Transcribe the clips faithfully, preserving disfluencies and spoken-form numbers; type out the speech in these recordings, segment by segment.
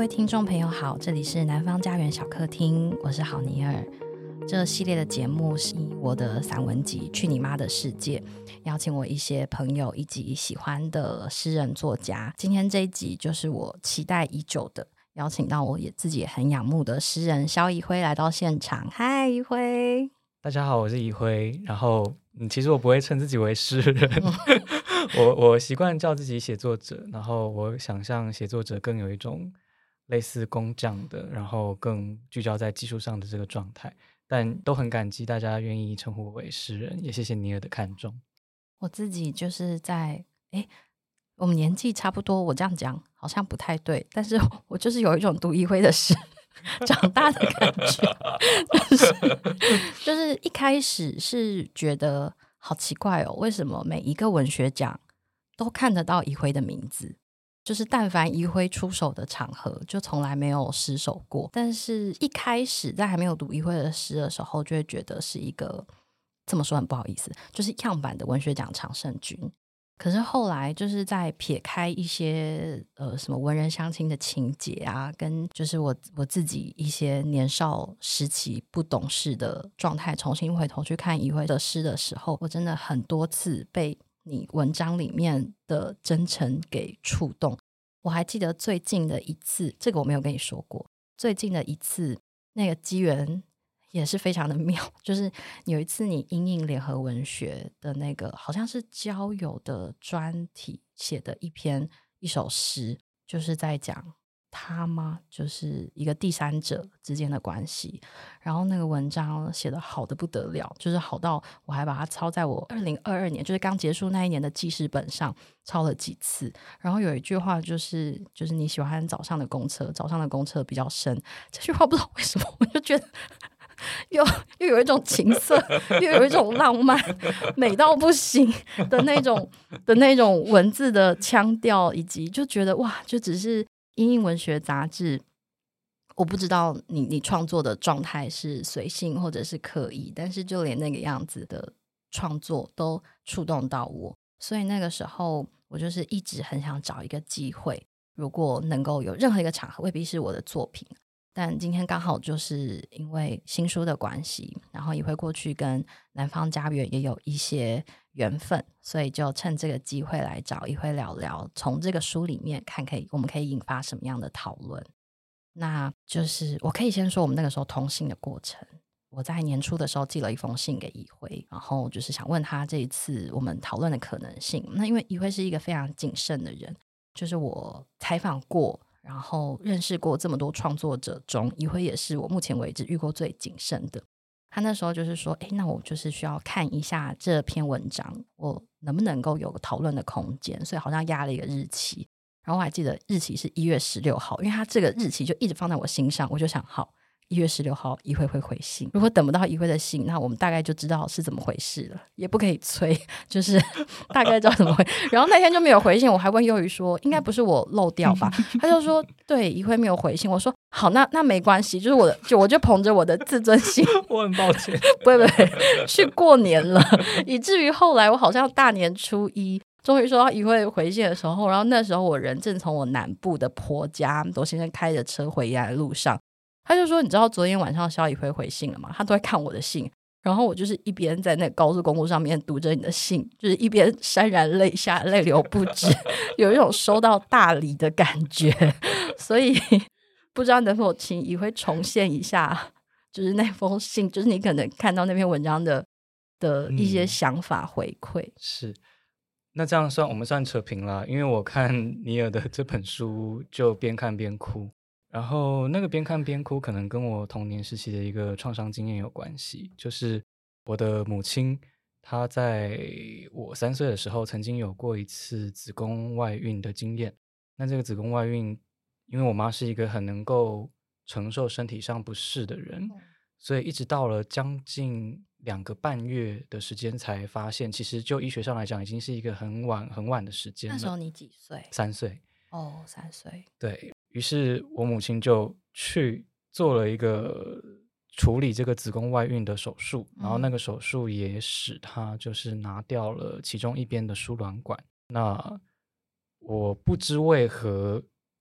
各位听众朋友好，这里是南方家园小客厅，我是郝妮儿。这系列的节目是以我的散文集《去你妈的世界》邀请我一些朋友以及喜欢的诗人作家。今天这一集就是我期待已久的，邀请到我也自己也很仰慕的诗人萧怡辉来到现场。嗨，怡辉。 大家好，我是怡辉。然后、嗯、其实我不会称自己为诗人我我习惯叫自己写作者，然后我想象写作者更有一种类似工匠的，然后更聚焦在技术上的这个状态，但都很感激大家愿意称呼我为诗人，也谢谢尼尔的看重。 我自己就是在诶我们年纪差不多，我这样讲好像不太对，但是我就是有一种读怡辉的诗长大的感觉就是就是一开始是觉得好奇怪哦，为什么每一个文学奖都看得到怡辉的名字，就是但凡怡辉出手的场合就从来没有失手过。但是一开始在还没有读怡辉的诗的时候，就会觉得是一个，这么说很不好意思，就是样板的文学奖常胜军。可是后来就是在撇开一些呃什么文人相亲的情节啊，跟就是我我自己一些年少时期不懂事的状态，重新回头去看怡辉的诗的时候，我真的很多次被你文章里面的真诚给触动。我还记得最近的一次，这个我没有跟你说过，最近的一次那个机缘也是非常的妙，就是有一次你因应联合文学的那个好像是交友的专题写的一篇一首诗，就是在讲他吗，就是一个第三者之间的关系。然后那个文章写得好的不得了，就是好到我还把它抄在我二零二二年就是刚结束那一年的记事本上抄了几次。然后有一句话就是就是你喜欢早上的公车，早上的公车比较深，这句话不知道为什么我就觉得又又有一种情色，又有一种浪漫，美到不行的那种的那种文字的腔调，以及就觉得哇，就只是因应文学杂志，我不知道你你创作的状态是随性或者是刻意，但是就连那个样子的创作都触动到我，所以那个时候我就是一直很想找一个机会，如果能够有任何一个场合，未必是我的作品，但今天刚好就是因为新书的关系，然后也会过去跟南方家园也有一些缘分，所以就趁这个机会来找怡辉聊聊，从这个书里面看可以我们可以引发什么样的讨论。那就是我可以先说我们那个时候通信的过程。我在年初的时候寄了一封信给怡辉，然后就是想问他这一次我们讨论的可能性。那因为怡辉是一个非常谨慎的人，就是我采访过然后认识过这么多创作者中，怡辉也是我目前为止遇过最谨慎的。他那时候就是说诶，那我就是需要看一下这篇文章我能不能够有个讨论的空间，所以好像压了一个日期，然后我还记得日期是一月十六号，因为他这个日期就一直放在我心上，我就想好一月十六号怡辉会回信，如果等不到怡辉的信，那我们大概就知道是怎么回事了，也不可以催，就是大概知道怎么回然后那天就没有回信，我还问幼瑜说应该不是我漏掉吧，他就说对，怡辉没有回信。我说好，那那没关系，就是我的就我就捧着我的自尊心我很抱歉不会不会去过年了，以至于后来我好像大年初一终于收到怡辉回信的时候，然后那时候我人正从我南部的婆家，我先生开着车回家的路上，他就说你知道昨天晚上萧怡辉回信了吗？他都在看我的信，然后我就是一边在那个高速公路上面读着你的信，就是一边潸然泪下，泪流不止有一种收到大礼的感觉。所以不知道能否请怡辉重现一下就是那封信，就是你可能看到那篇文章的的一些想法回馈、嗯、 是，那这样算我们算扯平了，因为我看尼尔的这本书就边看边哭，然后那个边看边哭可能跟我童年时期的一个创伤经验有关系，就是我的母亲她在我三岁的时候曾经有过一次子宫外孕的经验。那这个子宫外孕因为我妈是一个很能够承受身体上不适的人、嗯、所以一直到了将近两个半月的时间才发现，其实就医学上来讲已经是一个很晚很晚的时间了。 那时候你几岁？ 三岁。 哦，三岁。 对，于是我母亲就去做了一个处理这个子宫外孕的手术、嗯、然后那个手术也使她就是拿掉了其中一边的输卵管。那我不知为何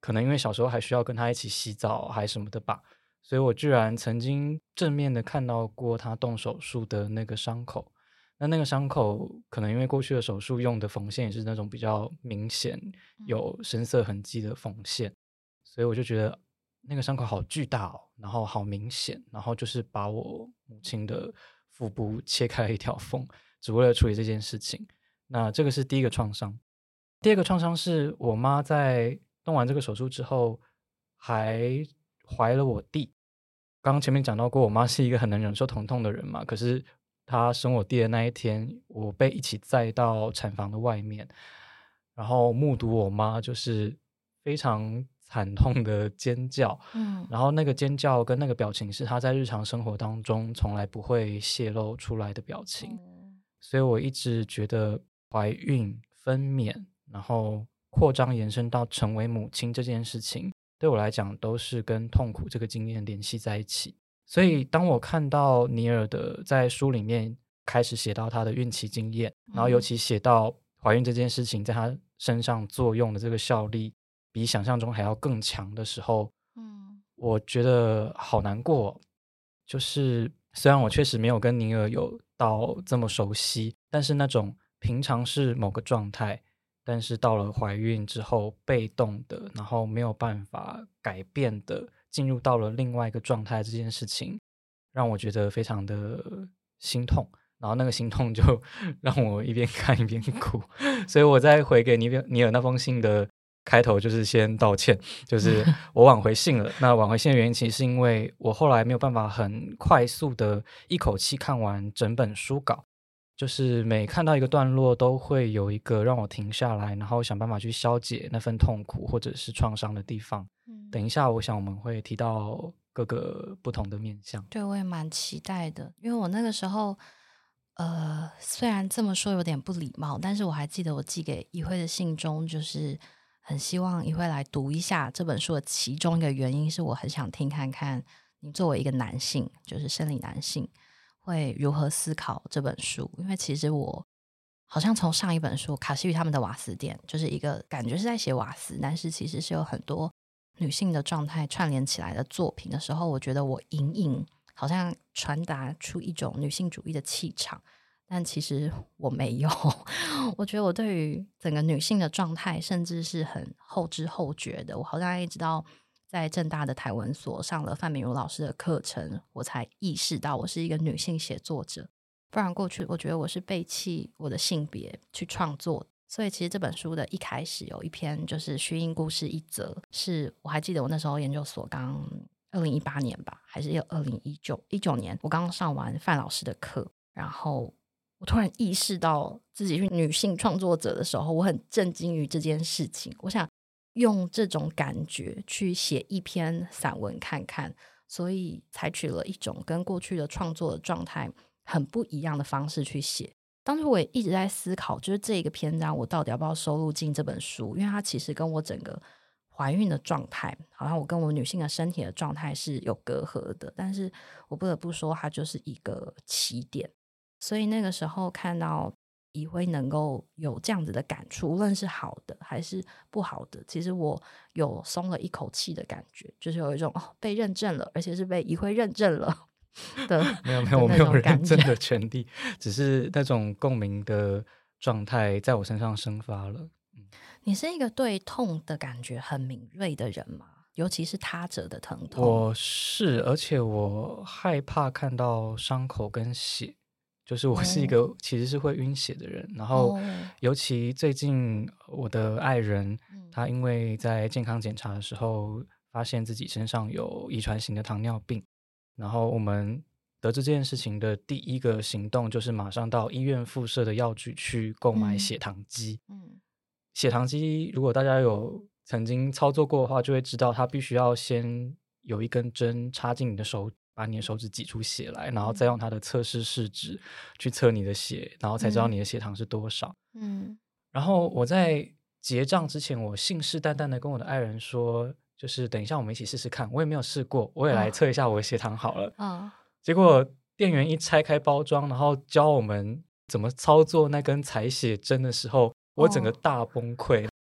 可能因为小时候还需要跟他一起洗澡还什么的吧，所以我居然曾经正面的看到过他动手术的那个伤口。那那个伤口可能因为过去的手术用的缝线也是那种比较明显有深色痕迹的缝线，所以我就觉得那个伤口好巨大哦，然后好明显，然后就是把我母亲的腹部切开了一条缝，只为了处理这件事情。那这个是第一个创伤。第二个创伤是我妈在动完这个手术之后还怀了我弟。刚刚前面讲到过，我妈是一个很能忍受疼痛的人嘛，可是她生我弟的那一天，我被一起载到产房的外面，然后目睹我妈就是非常惨痛的尖叫，嗯，然后那个尖叫跟那个表情是她在日常生活当中从来不会泄露出来的表情，嗯，所以我一直觉得怀孕、分娩，然后扩张延伸到成为母亲这件事情，对我来讲都是跟痛苦这个经验联系在一起。所以当我看到尼尔的在书里面开始写到他的孕期经验，然后尤其写到怀孕这件事情在他身上作用的这个效力比想象中还要更强的时候，嗯，我觉得好难过。就是虽然我确实没有跟尼尔有到这么熟悉，但是那种平常是某个状态，但是到了怀孕之后被动的，然后没有办法改变的进入到了另外一个状态，这件事情让我觉得非常的心痛，然后那个心痛就让我一边看一边哭。所以我在回给尼尼尔那封信的开头就是先道歉，就是我挽回信了。那挽回信的原因其实是因为我后来没有办法很快速的一口气看完整本书稿，就是每看到一个段落都会有一个让我停下来，然后想办法去消解那份痛苦或者是创伤的地方。嗯，等一下我想我们会提到各个不同的面向。 对，我也蛮期待的，因为我那个时候呃，虽然这么说有点不礼貌，但是我还记得我寄给怡慧的信中，就是很希望怡慧来读一下这本书的其中一个原因是我很想听看看你作为一个男性，就是生理男性会如何思考这本书。因为其实我好像从上一本书卡西与他们的瓦斯店，就是一个感觉是在写瓦斯，但是其实是有很多女性的状态串联起来的作品的时候，我觉得我隐隐好像传达出一种女性主义的气场，但其实我没有。我觉得我对于整个女性的状态甚至是很后知后觉的，我好像一直到在政大的台文所上了范敏如老师的课程，我才意识到我是一个女性写作者，不然过去我觉得我是背弃我的性别去创作。所以其实这本书的一开始有一篇就是虚应故事一则，是我还记得我那时候研究所刚二零一八年吧，还是二零一九一九年，我刚上完范老师的课，然后我突然意识到自己是女性创作者的时候，我很震惊于这件事情。我想用这种感觉去写一篇散文看看，所以采取了一种跟过去的创作的状态很不一样的方式去写。当时我也一直在思考，就是这个篇章我到底要不要收录进这本书，因为它其实跟我整个怀孕的状态，好像我跟我女性的身体的状态是有隔阂的，但是我不得不说它就是一个起点。所以那个时候看到怡慧能够有这样子的感触，无论是好的还是不好的，其实我有松了一口气的感觉，就是有一种、哦、被认证了，而且是被怡慧认证了的没有没有，我没有认证的权利，只是那种共鸣的状态在我身上生发了。嗯， 你是一个对痛的感觉很敏锐的人吗？尤其是他者的疼痛。 我是，而且我害怕看到伤口跟血，就是我是一个其实是会晕血的人。哦，然后尤其最近我的爱人，嗯，他因为在健康检查的时候发现自己身上有遗传型的糖尿病，然后我们得知这件事情的第一个行动就是马上到医院附设的药局去购买血糖机。嗯，血糖机如果大家有曾经操作过的话，就会知道它必须要先有一根针插进你的手，把你的手指挤出血来，然后再用它的测试试纸去测你的血，然后才知道你的血糖是多少。嗯，然后我在结账之前，我信誓旦旦的跟我的爱人说，就是等一下我们一起试试看，我也没有试过，我也来测一下我的血糖好了。哦，结果店员一拆开包装，然后教我们怎么操作那根采血针的时候，我整个大崩溃。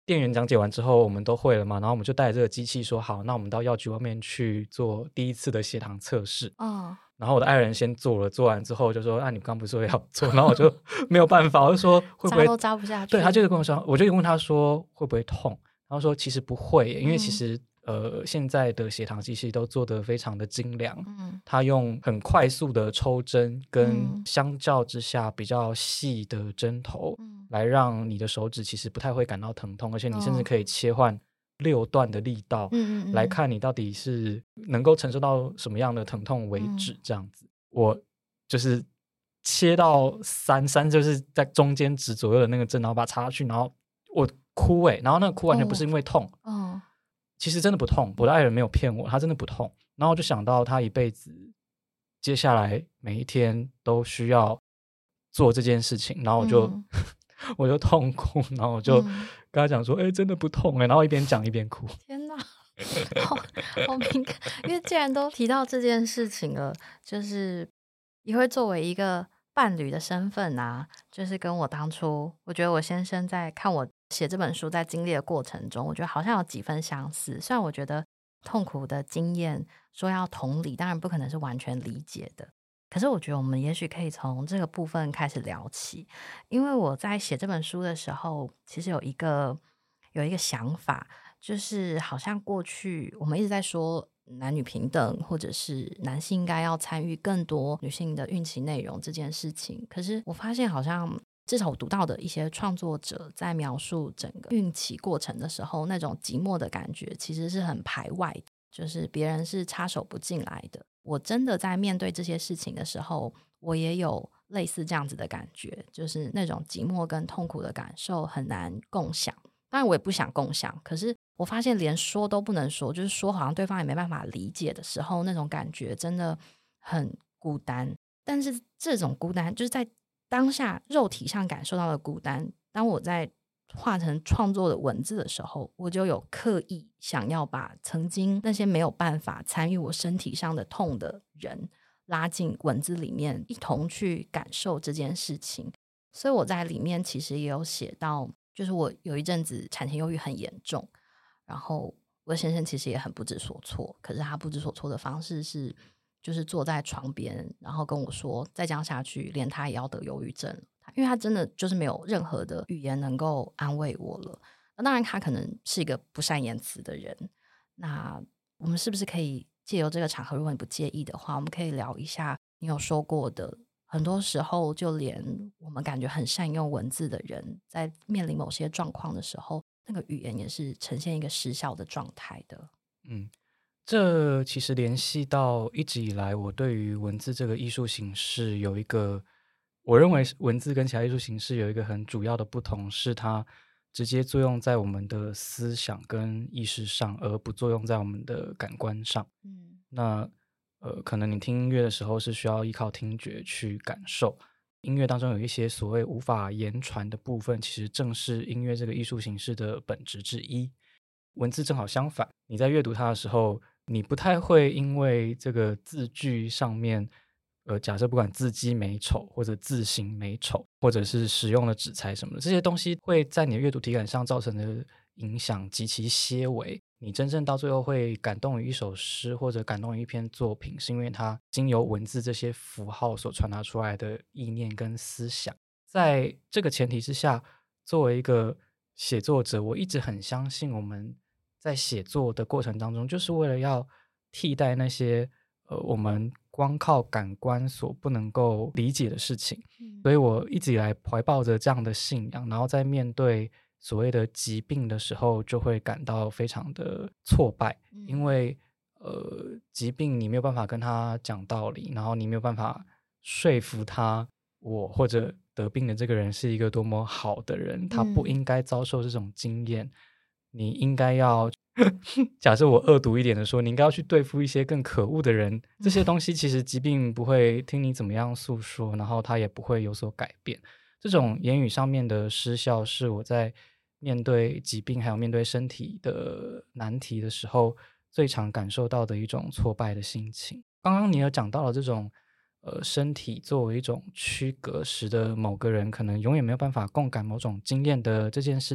店员讲解完之后我们都会了嘛，然后我们就带着这个机器说好，那我们到药局外面去做第一次的血糖测试。 哦， 然后我的爱人先做了，做完之后就说啊你刚不是说要做，然后我就没有办法，我就说会不会扎都扎不下去。 对，他就是跟我说，我就问他说会不会痛，然后说其实不会耶，因为其嗯实、呃现在的血糖机器都做得非常的精良， 嗯它用很快速的抽针跟嗯相较之下比较细的针头、 嗯来让你的手指其实不太会感到疼痛，而且你甚至哦可以切换六段的力道、 嗯嗯嗯来看你到底是能够承受到什么样的疼痛为止、 嗯这样子。我就是切到三三就是在中间指左右的那个针，然后把它插下去，然后我哭诶、然后那个哭完全不是因为痛、 哦其实真的不痛，我的爱人没有骗我，他真的不痛。然后我就想到他一辈子接下来每一天都需要做这件事情，然后我就、 嗯我就痛哭，然后我就嗯跟他讲说，哎、欸，真的不痛哎、然后一边讲一边哭。 天哪，好好敏感，因为既然都提到这件事情了，就是也会作为一个伴侣的身份啊，就是跟我当初，我觉得我先生在看我写这本书在经历的过程中，我觉得好像有几分相似。虽然我觉得痛苦的经验说要同理，当然不可能是完全理解的，可是我觉得我们也许可以从这个部分开始聊起。因为我在写这本书的时候，其实有一个有一个想法，就是好像过去我们一直在说男女平等，或者是男性应该要参与更多女性的孕期内容这件事情，可是我发现好像至少我读到的一些创作者在描述整个孕期过程的时候，那种寂寞的感觉其实是很排外的，就是别人是插手不进来的。我真的在面对这些事情的时候，我也有类似这样子的感觉，就是那种寂寞跟痛苦的感受很难共享。当然我也不想共享，可是我发现连说都不能说，就是说好像对方也没办法理解的时候，那种感觉真的很孤单。但是这种孤单就是在当下肉体上感受到的孤单，当我在画成创作的文字的时候，我就有刻意想要把曾经那些没有办法参与我身体上的痛的人拉进文字里面，一同去感受这件事情。所以我在里面其实也有写到，就是我有一阵子产前忧郁很严重，然后我的先生其实也很不知所措，可是他不知所措的方式是就是坐在床边，然后跟我说再这样下去连他也要得忧郁症，因为他真的就是没有任何的语言能够安慰我了。那当然他可能是一个不善言辞的人，那我们是不是可以借由这个场合，如果你不介意的话，我们可以聊一下你有说过的，很多时候就连我们感觉很善用文字的人，在面临某些状况的时候，那个语言也是呈现一个失效的状态的。 嗯，这其实联系到一直以来我对于文字这个艺术形式有一个，我认为文字跟其他艺术形式有一个很主要的不同，是它直接作用在我们的思想跟意识上，而不作用在我们的感官上。 嗯， 那呃，可能你听音乐的时候是需要依靠听觉去感受，音乐当中有一些所谓无法言传的部分，其实正是音乐这个艺术形式的本质之一。文字正好相反，你在阅读它的时候，你不太会因为这个字句上面呃，假设不管字迹美丑或者字形美丑，或者是使用的纸材什么的，这些东西会在你的阅读体感上造成的影响极其些微。你真正到最后会感动于一首诗或者感动于一篇作品，是因为它经由文字这些符号所传达出来的意念跟思想。在这个前提之下，作为一个写作者，我一直很相信我们在写作的过程当中，就是为了要替代那些呃我们光靠感官所不能够理解的事情。 嗯， 所以我一直以来怀抱着这样的信仰，然后在面对所谓的疾病的时候，就会感到非常的挫败， 嗯因为呃疾病你没有办法跟他讲道理，然后你没有办法说服他，我或者得病的这个人是一个多么好的人，他不嗯应该遭受这种经验，你应该要假设我恶毒一点的说，你应该要去对付一些更可恶的人，这些东西其实疾病不会听你怎么样诉说，然后他也不会有所改变。这种言语上面的失效是我在面对疾病还有面对身体的难题的时候最常感受到的一种挫败的心情。刚刚你有讲到了这种呃，身体作为一种区隔，使得某个人可能永远没有办法共感某种经验的这件事情，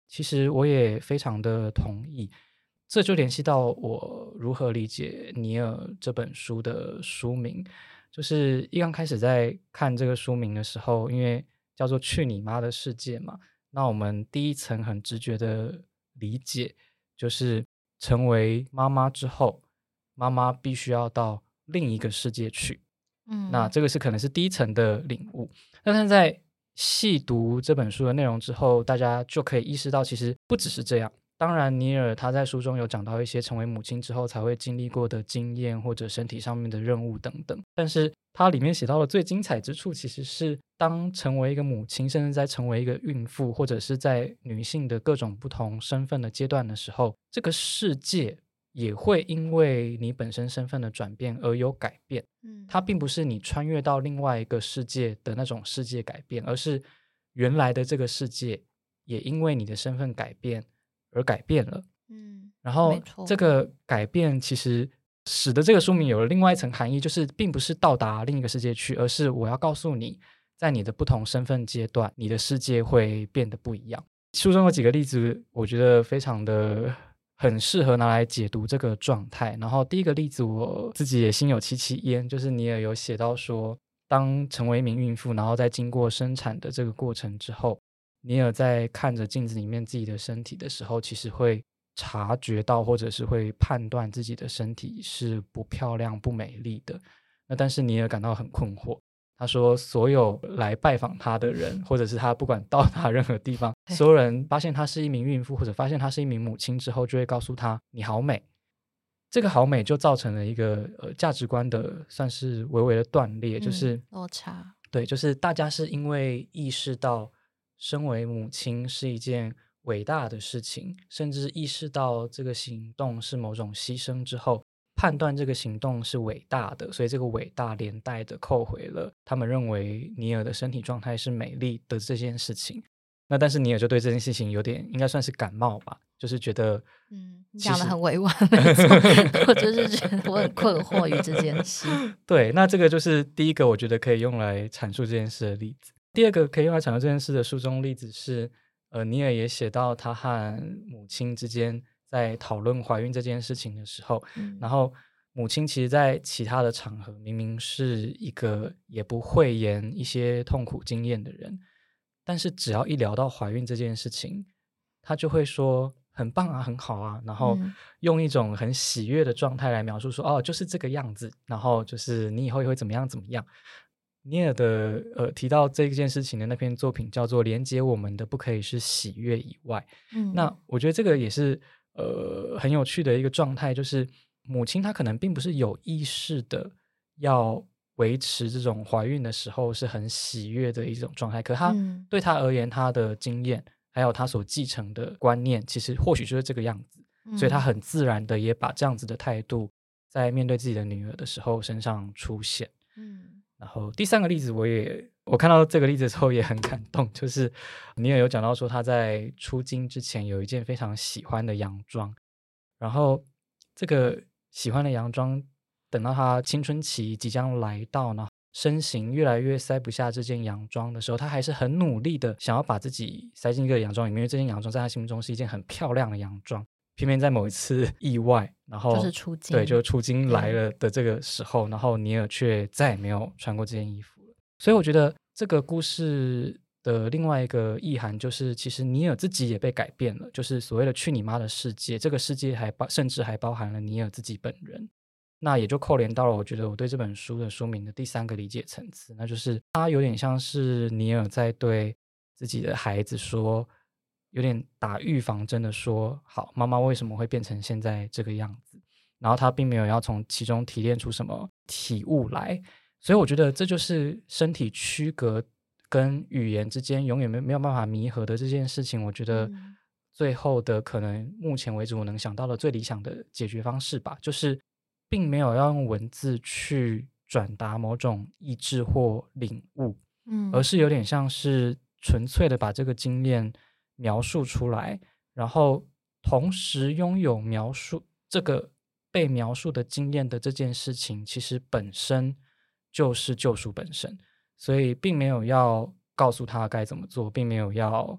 其实我也非常的同意，这就联系到我如何理解尼尔这本书的书名。就是一刚开始在看这个书名的时候，因为叫做去你妈的世界嘛，那我们第一层很直觉的理解就是成为妈妈之后，妈妈必须要到另一个世界去，嗯，那这个是可能是第一层的领悟。但是在细读这本书的内容之后，大家就可以意识到其实不只是这样。当然尼尔他在书中有讲到一些成为母亲之后才会经历过的经验或者身体上面的任务等等，但是他里面写到的最精彩之处其实是当成为一个母亲，甚至在成为一个孕妇，或者是在女性的各种不同身份的阶段的时候，这个世界也会因为你本身身份的转变而有改变。嗯，它并不是你穿越到另外一个世界的那种世界改变，而是原来的这个世界也因为你的身份改变而改变了。嗯，然后这个改变其实使得这个书名有了另外一层含义，就是并不是到达另一个世界去，而是我要告诉你在你的不同身份阶段你的世界会变得不一样。书中有几个例子我觉得非常的很适合拿来解读这个状态。然后第一个例子我自己也心有戚戚焉，就是尼尔有写到说，当成为一名孕妇，然后在经过生产的这个过程之后，尼尔在看着镜子里面自己的身体的时候，其实会察觉到或者是会判断自己的身体是不漂亮不美丽的。那但是尼尔感到很困惑，他说所有来拜访他的人，或者是他不管到达任何地方，所有人发现他是一名孕妇或者发现他是一名母亲之后，就会告诉他你好美。这个好美就造成了一个、呃、价值观的算是微微的断裂，就是落差。 对，就是大家是因为意识到身为母亲是一件伟大的事情，甚至意识到这个行动是某种牺牲之后，判断这个行动是伟大的，所以这个伟大连带的扣回了他们认为尼尔的身体状态是美丽的这件事情。那但是尼尔就对这件事情有点应该算是感冒吧，就是觉得嗯，你讲得很委婉没错我就是觉得我很困惑于这件事。 对，那这个就是第一个我觉得可以用来阐述这件事的例子。第二个可以用来阐述这件事的书中例子是呃，尼尔也写到他和母亲之间在讨论怀孕这件事情的时候、嗯、然后母亲其实在其他的场合明明是一个也不讳言一些痛苦经验的人，但是只要一聊到怀孕这件事情，他就会说很棒啊很好啊，然后用一种很喜悦的状态来描述说、嗯、哦就是这个样子，然后就是你以后也会怎么样怎么样。尼尔的呃提到这件事情的那篇作品叫做连接我们的不可以是喜悦以外、嗯、那我觉得这个也是呃很有趣的一个状态，就是母亲她可能并不是有意识的要维持这种怀孕的时候是很喜悦的一种状态，可她、嗯、对她而言她的经验还有她所继承的观念其实或许就是这个样子、嗯、所以她很自然的也把这样子的态度在面对自己的女儿的时候身上出现。嗯，然后第三个例子我也我看到这个例子的时候也很感动，就是尼尔有讲到说他在出经之前有一件非常喜欢的洋装，然后这个喜欢的洋装等到他青春期即将来到，然后身形越来越塞不下这件洋装的时候，他还是很努力的想要把自己塞进一个洋装里面，因为这件洋装在他心目中是一件很漂亮的洋装。偏偏在某一次意外，然后就是出经， 对，就是出经来了的这个时候，然后尼尔却再也没有穿过这件衣服了。所以我觉得这个故事的另外一个意涵就是，其实尼尔自己也被改变了，就是所谓的去你妈的世界，这个世界还包甚至还包含了尼尔自己本人。那也就扣连到了我觉得我对这本书的书名的第三个理解层次，那就是它有点像是尼尔在对自己的孩子说，有点打预防针的说，好，妈妈为什么会变成现在这个样子，然后他并没有要从其中提炼出什么体悟来。所以我觉得这就是身体区隔跟语言之间永远没有办法弥合的这件事情，我觉得最后的可能目前为止我能想到的最理想的解决方式吧，就是并没有要用文字去转达某种意志或领悟、嗯、而是有点像是纯粹的把这个经验描述出来，然后同时拥有描述这个被描述的经验的这件事情其实本身就是救赎本身，所以并没有要告诉他该怎么做，并没有要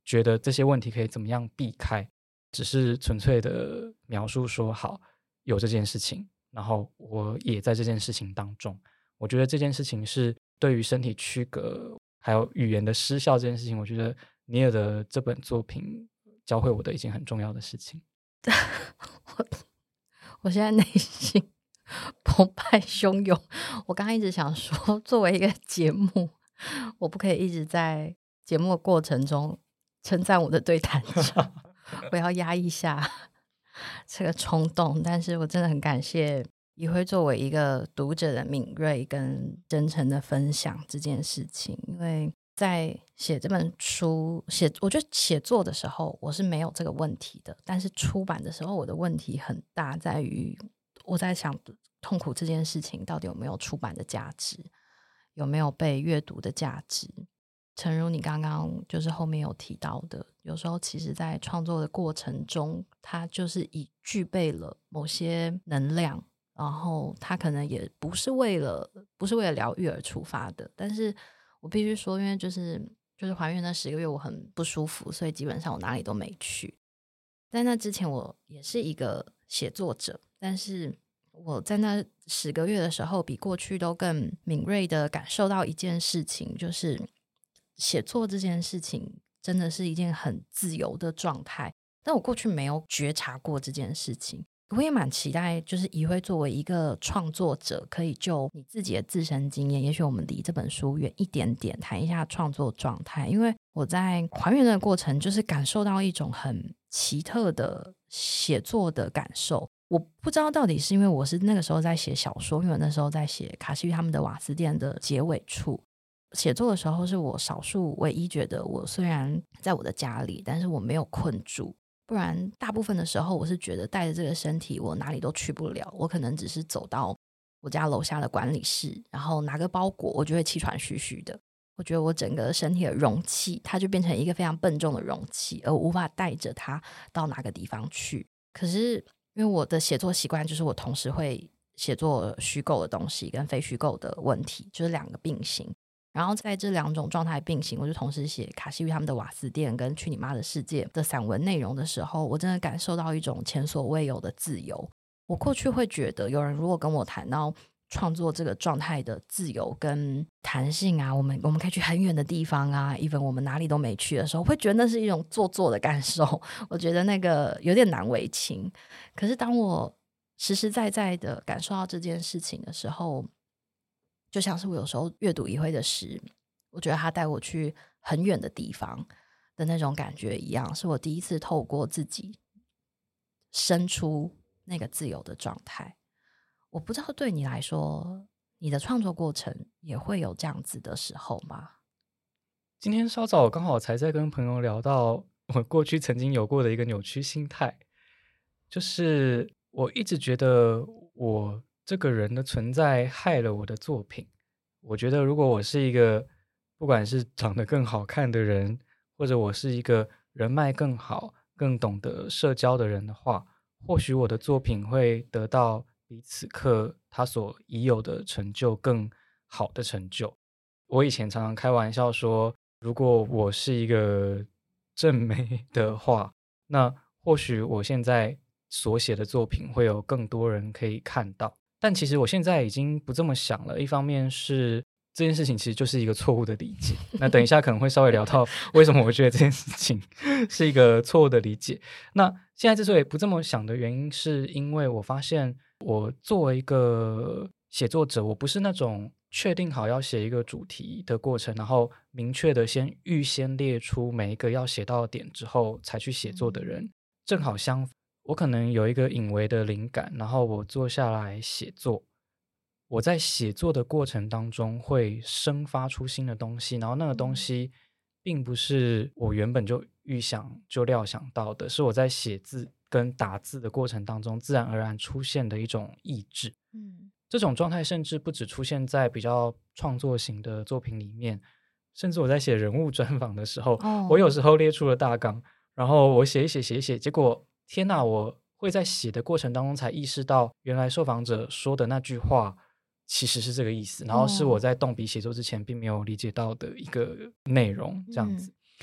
觉得这些问题可以怎么样避开，只是纯粹的描述说好有这件事情，然后我也在这件事情当中。我觉得这件事情是对于身体区隔还有语言的失效这件事情，我觉得尼尔的这本作品教会我的一件很重要的事情。 我, 我现在内心澎湃汹涌。我刚刚一直想说，作为一个节目，我不可以一直在节目的过程中称赞我的对谈者，我要压抑一下这个冲动。但是我真的很感谢怡辉作为一个读者的敏锐跟真诚的分享这件事情。因为在写这本书写我觉得写作的时候我是没有这个问题的，但是出版的时候我的问题很大，在于我在想痛苦这件事情到底有没有出版的价值，有没有被阅读的价值。诚如你刚刚就是后面有提到的，有时候其实在创作的过程中它就是已具备了某些能量，然后它可能也不是为了不是为了疗愈而出发的。但是我必须说，因为就是就是怀孕那十个月我很不舒服，所以基本上我哪里都没去。在那之前我也是一个写作者，但是我在那十个月的时候比过去都更敏锐的感受到一件事情，就是写作这件事情真的是一件很自由的状态，但我过去没有觉察过这件事情。我也蛮期待就是怡辉作为一个创作者可以就你自己的自身经验，也许我们离这本书远一点点，谈一下创作状态。因为我在还原的过程就是感受到一种很奇特的写作的感受。我不知道到底是因为我是那个时候在写小说，因为我那时候在写卡西与他们的瓦斯店的结尾处，写作的时候是我少数唯一觉得我虽然在我的家里，但是我没有困住。不然大部分的时候我是觉得带着这个身体我哪里都去不了，我可能只是走到我家楼下的管理室，然后拿个包裹我就会气喘吁吁的。我觉得我整个身体的容器它就变成一个非常笨重的容器，而我无法带着它到哪个地方去。可是因为我的写作习惯就是我同时会写作虚构的东西跟非虚构的问题，就是两个并行。然后在这两种状态并行，我就同时写卡西与他们的瓦斯店跟去你妈的世界的散文内容的时候，我真的感受到一种前所未有的自由。我过去会觉得有人如果跟我谈到创作这个状态的自由跟弹性啊，我们我们可以去很远的地方啊 even 我们哪里都没去的时候，会觉得那是一种做作的感受，我觉得那个有点难为情。可是当我实实在在的感受到这件事情的时候，就像是我有时候阅读怡辉的诗，我觉得他带我去很远的地方的那种感觉一样，是我第一次透过自己生出那个自由的状态。我不知道对你来说，你的创作过程也会有这样子的时候吗？ 今天稍早刚好才在跟朋友聊到我过去曾经有过的一个扭曲心态，就是我一直觉得我这个人的存在害了我的作品。我觉得如果我是一个不管是长得更好看的人，或者我是一个人脉更好更懂得社交的人的话，或许我的作品会得到比此刻他所已有的成就更好的成就。我以前常常开玩笑说，如果我是一个正妹的话，那或许我现在所写的作品会有更多人可以看到。但其实我现在已经不这么想了，一方面是这件事情其实就是一个错误的理解，那等一下可能会稍微聊到为什么我觉得这件事情是一个错误的理解。那现在之所以不这么想的原因，是因为我发现我作为一个写作者，我不是那种确定好要写一个主题的过程，然后明确的先预先列出每一个要写到的点之后才去写作的人。正好相反，我可能有一个隐微的灵感，然后我坐下来写作，我在写作的过程当中会生发出新的东西，然后那个东西并不是我原本就预想就料想到的，是我在写字跟打字的过程当中自然而然出现的一种意志。嗯，这种状态甚至不只出现在比较创作型的作品里面，甚至我在写人物专访的时候、哦、我有时候列出了大纲，然后我写一写写一写，结果天哪，我会在写的过程当中才意识到原来受访者说的那句话其实是这个意思，然后是我在动笔写作之前并没有理解到的一个内容，这样子、嗯、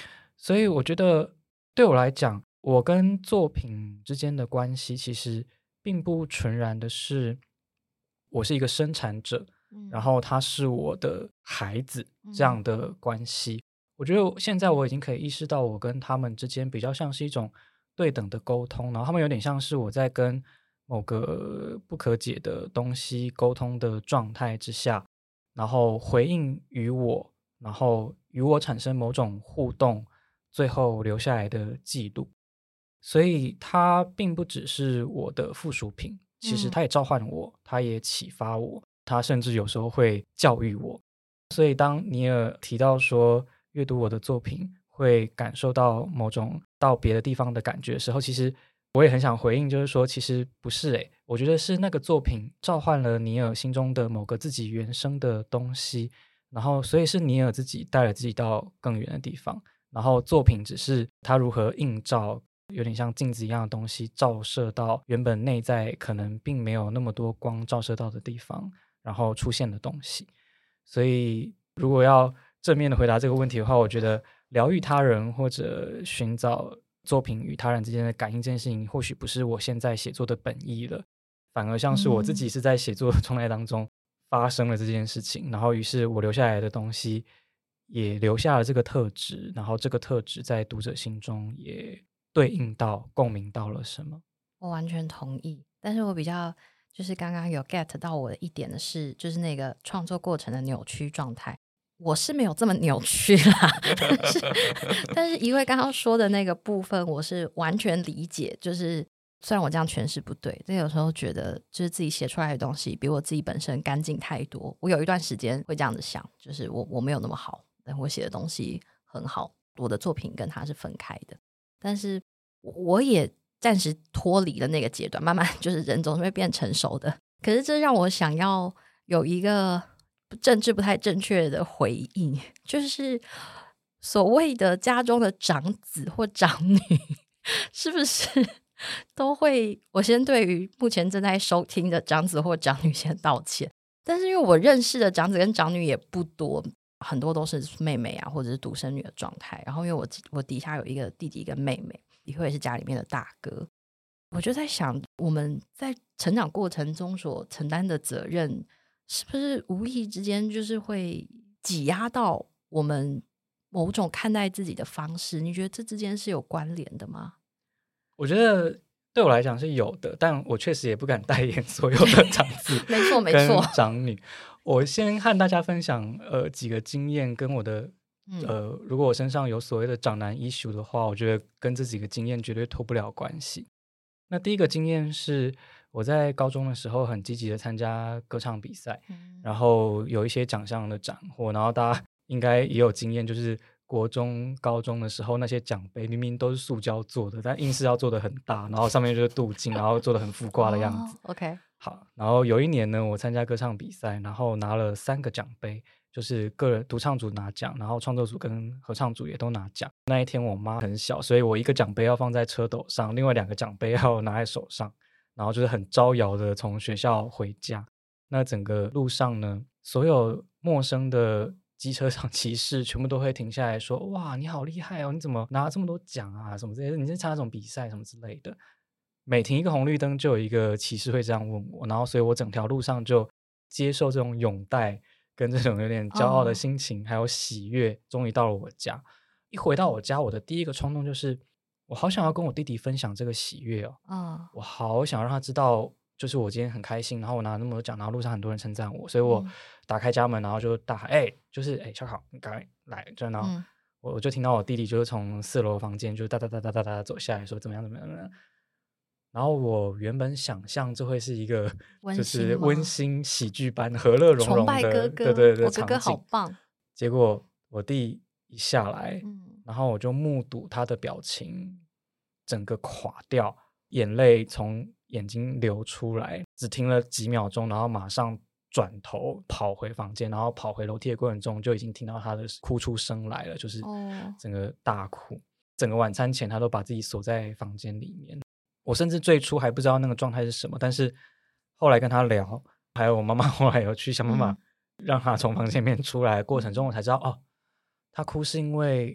所以我觉得对我来讲，我跟作品之间的关系其实并不纯然的是我是一个生产者， 嗯然后他是我的孩子这嗯样的关系。我觉得现在我已经可以意识到，我跟他们之间比较像是一种对等的沟通，然后他们有点像是我在跟某个不可解的东西沟通的状态之下，然后回应于我，然后与我产生某种互动，最后留下来的记录。所以它并不只是我的附属品，其实嗯它也召唤我，它也启发我，它甚至有时候会教育我。所以当尼尔提到说阅读我的作品会感受到某种到别的地方的感觉的时候，其实我也很想回应，就是说其实不是诶，我觉得是那个作品召唤了尼尔心中的某个自己原生的东西，然后所以是尼尔自己带了自己到更远的地方，然后作品只是他如何映照，有点像镜子一样的东西照射到原本内在可能并没有那么多光照射到的地方，然后出现的东西。所以如果要正面的回答这个问题的话，我觉得疗愈他人或者寻找作品与他人之间的感应这件事情，或许不是我现在写作的本意了，反而像是我自己是在写作的状态当中发生了这件事情，然后于是我留下来的东西也留下了这个特质，然后这个特质在读者心中也对应到共鸣到了什么。 我完全同意，但是我比较就是刚刚有 get 到我的一点的是，就是那个创作过程的扭曲状态。我是没有这么扭曲啦，但是但是因为刚刚说的那个部分，我是完全理解。就是虽然我这样诠释不对，但有时候觉得就是自己写出来的东西比我自己本身干净太多。我有一段时间会这样子想，就是我我没有那么好，但我写的东西很好，我的作品跟它是分开的。但是我也暂时脱离了那个阶段，慢慢就是人总是会变成熟的。可是这让我想要有一个政治不太正确的回应，就是所谓的家中的长子或长女是不是都会，我先对于目前正在收听的长子或长女先道歉。但是因为我认识的长子跟长女也不多，很多都是妹妹啊或者是独生女的状态。然后因为我我底下有一个弟弟跟妹妹，也会是家里面的大哥。我就在想，我们在成长过程中所承担的责任，是不是无意之间就是会挤压到我们某种看待自己的方式？你觉得这之间是有关联的吗？ 我觉得对我来讲是有的，但我确实也不敢代言所有的长子没错没错跟长女。我先和大家分享呃几个经验跟我的呃，如果我身上有所谓的长男 issue 的话，我觉得跟这几个经验绝对脱不了关系。那第一个经验是我在高中的时候很积极的参加歌唱比赛， 嗯然后有一些奖项的斩获，然后大家应该也有经验，就是国中高中的时候那些奖杯明明都是塑胶做的，但硬是要做的很大，然后上面就是镀金，然后做的很浮夸的样子、 哦、OK 好，然后有一年呢我参加歌唱比赛，然后拿了三个奖杯，就是个人独唱组拿奖，然后创作组跟合唱组也都拿奖。那一天我妈很小，所以我一个奖杯要放在车斗上，另外两个奖杯要拿在手上，然后就是很招摇的从学校回家。那整个路上呢，所有陌生的机车上骑士全部都会停下来说，哇你好厉害哦，你怎么拿了这么多奖啊什么之类的，你是参加这种比赛什么之类的。每停一个红绿灯就有一个骑士会这样问我，然后所以我整条路上就接受这种拥戴跟这种有点骄傲的心情、oh. 还有喜悦。终于到了我家，一回到我家，我的第一个冲动就是我好想要跟我弟弟分享这个喜悦哦。oh. 我好想让他知道就是我今天很开心，然后我拿了那么多奖，然后路上很多人称赞我，所以我打开家门然后就大喊哎、欸，就是哎小考你赶快来，就然后我就听到我弟弟就是从四楼房间就哒哒哒哒哒哒走下来说怎么样怎么样怎么样。然后我原本想象这会是一个就是温馨喜剧般和乐融融的崇拜哥哥，对对对， 我哥哥好棒。 结果我弟一下来、嗯、然后我就目睹他的表情整个垮掉，眼泪从眼睛流出来，只停了几秒钟，然后马上转头跑回房间，然后跑回楼梯的过程中就已经听到他的哭出声来了，就是整个大哭、哦、整个晚餐前他都把自己锁在房间里面。我甚至最初还不知道那个状态是什么，但是后来跟他聊，还有我妈妈后来有去想办法让他从房间里面出来的过程中、嗯、我才知道哦，他哭是因为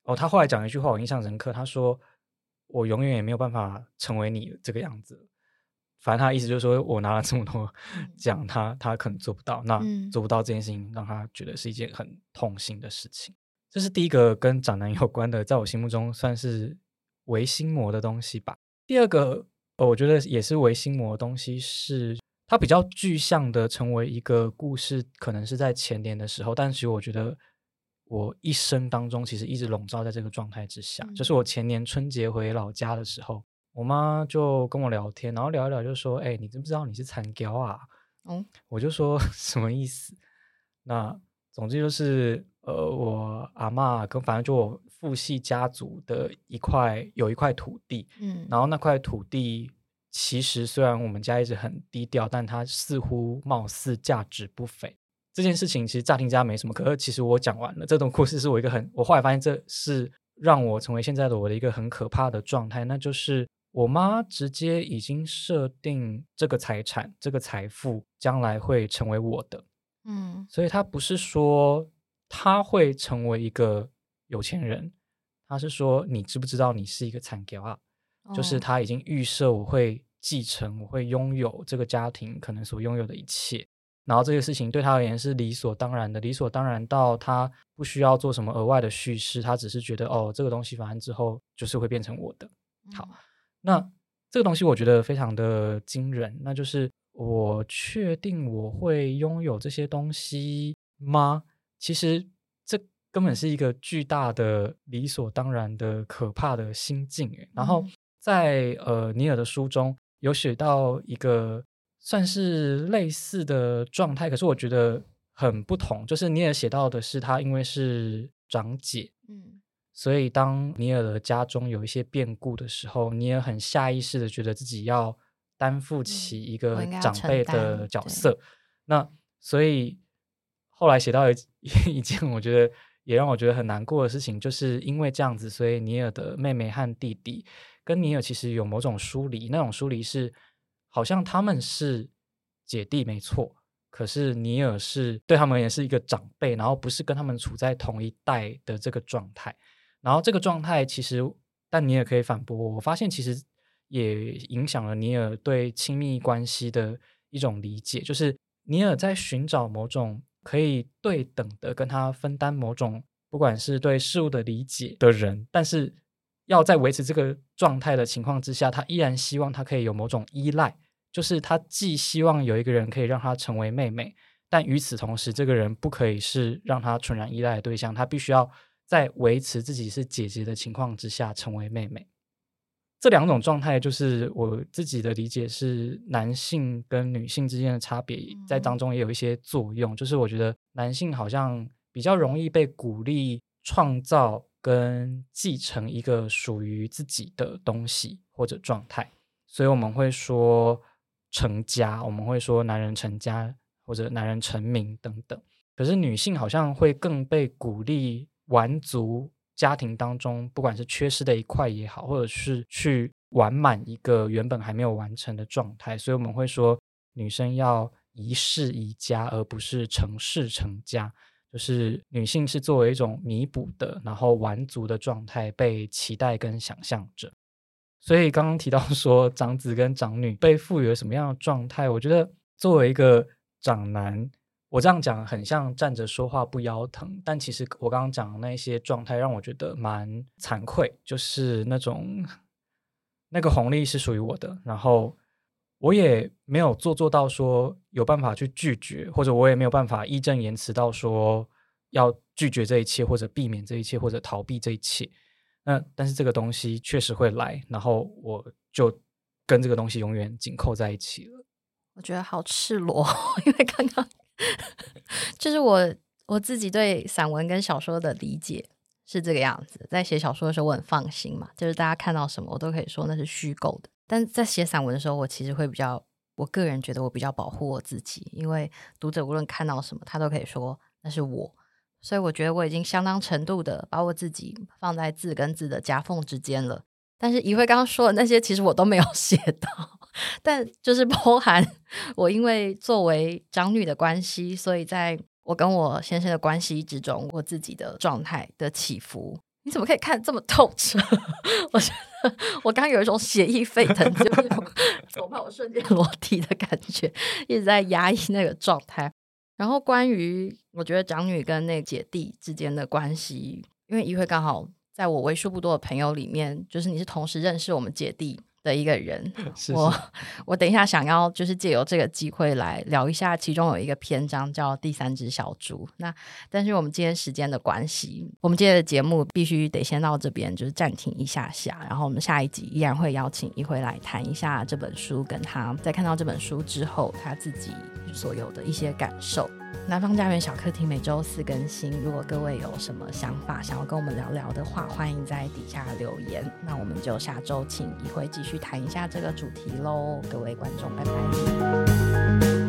哦，他后来讲一句话我印象深刻，他说我永远也没有办法成为你这个样子，反正他的意思就是说我拿了这么多奖、嗯、他他可能做不到，那做不到这件事情让他觉得是一件很痛心的事情。这是第一个跟长男有关的，在我心目中算是微心魔的东西吧。第二个、呃、我觉得也是微心魔的东西是它比较具象的成为一个故事，可能是在前年的时候，但是我觉得我一生当中其实一直笼罩在这个状态之下、嗯、就是我前年春节回老家的时候，我妈就跟我聊天，然后聊一聊就说哎、欸，你知不知道你是残雕啊、嗯、我就说什么意思。那总之就是呃，我阿嬷跟反正就我父系家族的一块有一块土地，嗯，然后那块土地其实虽然我们家一直很低调，但它似乎貌似价值不菲。这件事情其实乍听之下没什么，可是其实我讲完了这种故事是我一个很我后来发现这是让我成为现在的我的一个很可怕的状态，那就是我妈直接已经设定这个财产这个财富将来会成为我的，嗯，所以她不是说她会成为一个有钱人，她是说你知不知道你是一个残条啊、哦、就是她已经预设我会继承我会拥有这个家庭可能所拥有的一切，然后这个事情对他而言是理所当然的，理所当然到他不需要做什么额外的叙事，他只是觉得哦，这个东西反正之后就是会变成我的。好，嗯、那这个东西我觉得非常的惊人，那就是我确定我会拥有这些东西吗？其实这根本是一个巨大的理所当然的可怕的心境。然后在呃尼尔的书中有写到一个算是类似的状态，可是我觉得很不同，就是尼尔写到的是他因为是长姐，嗯，所以当尼尔的家中有一些变故的时候，尼尔很下意识的觉得自己要担负起一个长辈的角色、嗯、那所以后来写到 一, 一件我觉得也让我觉得很难过的事情，就是因为这样子，所以尼尔的妹妹和弟弟跟尼尔其实有某种疏离，那种疏离是好像他们是姐弟没错，可是尼尔是对他们也是一个长辈，然后不是跟他们处在同一代的这个状态，然后这个状态其实但尼尔可以反驳我，我发现其实也影响了尼尔对亲密关系的一种理解，就是尼尔在寻找某种可以对等的跟他分担某种不管是对事物的理解的人，但是要在维持这个状态的情况之下，他依然希望他可以有某种依赖，就是他既希望有一个人可以让他成为妹妹，但与此同时这个人不可以是让他纯然依赖的对象，他必须要在维持自己是姐姐的情况之下成为妹妹。这两种状态就是我自己的理解是男性跟女性之间的差别在当中也有一些作用，就是我觉得男性好像比较容易被鼓励创造跟继承一个属于自己的东西或者状态，所以我们会说成家，我们会说男人成家或者男人成名等等，可是女性好像会更被鼓励完足家庭当中不管是缺失的一块也好，或者是去完满一个原本还没有完成的状态，所以我们会说女生要宜室宜家而不是成事成家，就是女性是作为一种弥补的然后完足的状态被期待跟想象着。所以刚刚提到说长子跟长女被赋予了什么样的状态，我觉得作为一个长男，我这样讲很像站着说话不腰疼，但其实我刚刚讲的那些状态让我觉得蛮惭愧，就是那种那个红利是属于我的，然后我也没有做做到说有办法去拒绝，或者我也没有办法义正言辞到说要拒绝这一切或者避免这一切或者逃避这一切，那但是这个东西确实会来，然后我就跟这个东西永远紧扣在一起了。 我觉得好赤裸，因为刚刚就是我我自己对散文跟小说的理解是这个样子，在写小说的时候我很放心嘛，就是大家看到什么我都可以说那是虚构的，但在写散文的时候我其实会比较，我个人觉得我比较保护我自己，因为读者无论看到什么他都可以说那是我，所以我觉得我已经相当程度的把我自己放在字跟字的夹缝之间了。但是怡慧刚刚说的那些其实我都没有写到，但就是包含我因为作为长女的关系，所以在我跟我先生的关系之中我自己的状态的起伏， 你怎么可以看得这么透彻？我觉得我刚刚有一种血液沸腾，就是我怕我瞬间裸体的感觉，一直在压抑那个状态。然后关于我觉得长女跟那个姐弟之间的关系，因为怡慧刚好在我为数不多的朋友里面，就是你是同时认识我们姐弟的一个人。 是是我我等一下想要就是借由这个机会来聊一下，其中有一个篇章叫第三只小猪。那但是我们今天时间的关系，我们今天的节目必须得先到这边就是暂停一下下，然后我们下一集依然会邀请一辉来谈一下这本书，跟他在看到这本书之后他自己所有的一些感受。南方家园小客厅每周四更新，如果各位有什么想法想要跟我们聊聊的话，欢迎在底下留言。那我们就下周请一辉继续谈一下这个主题咯，各位观众拜拜。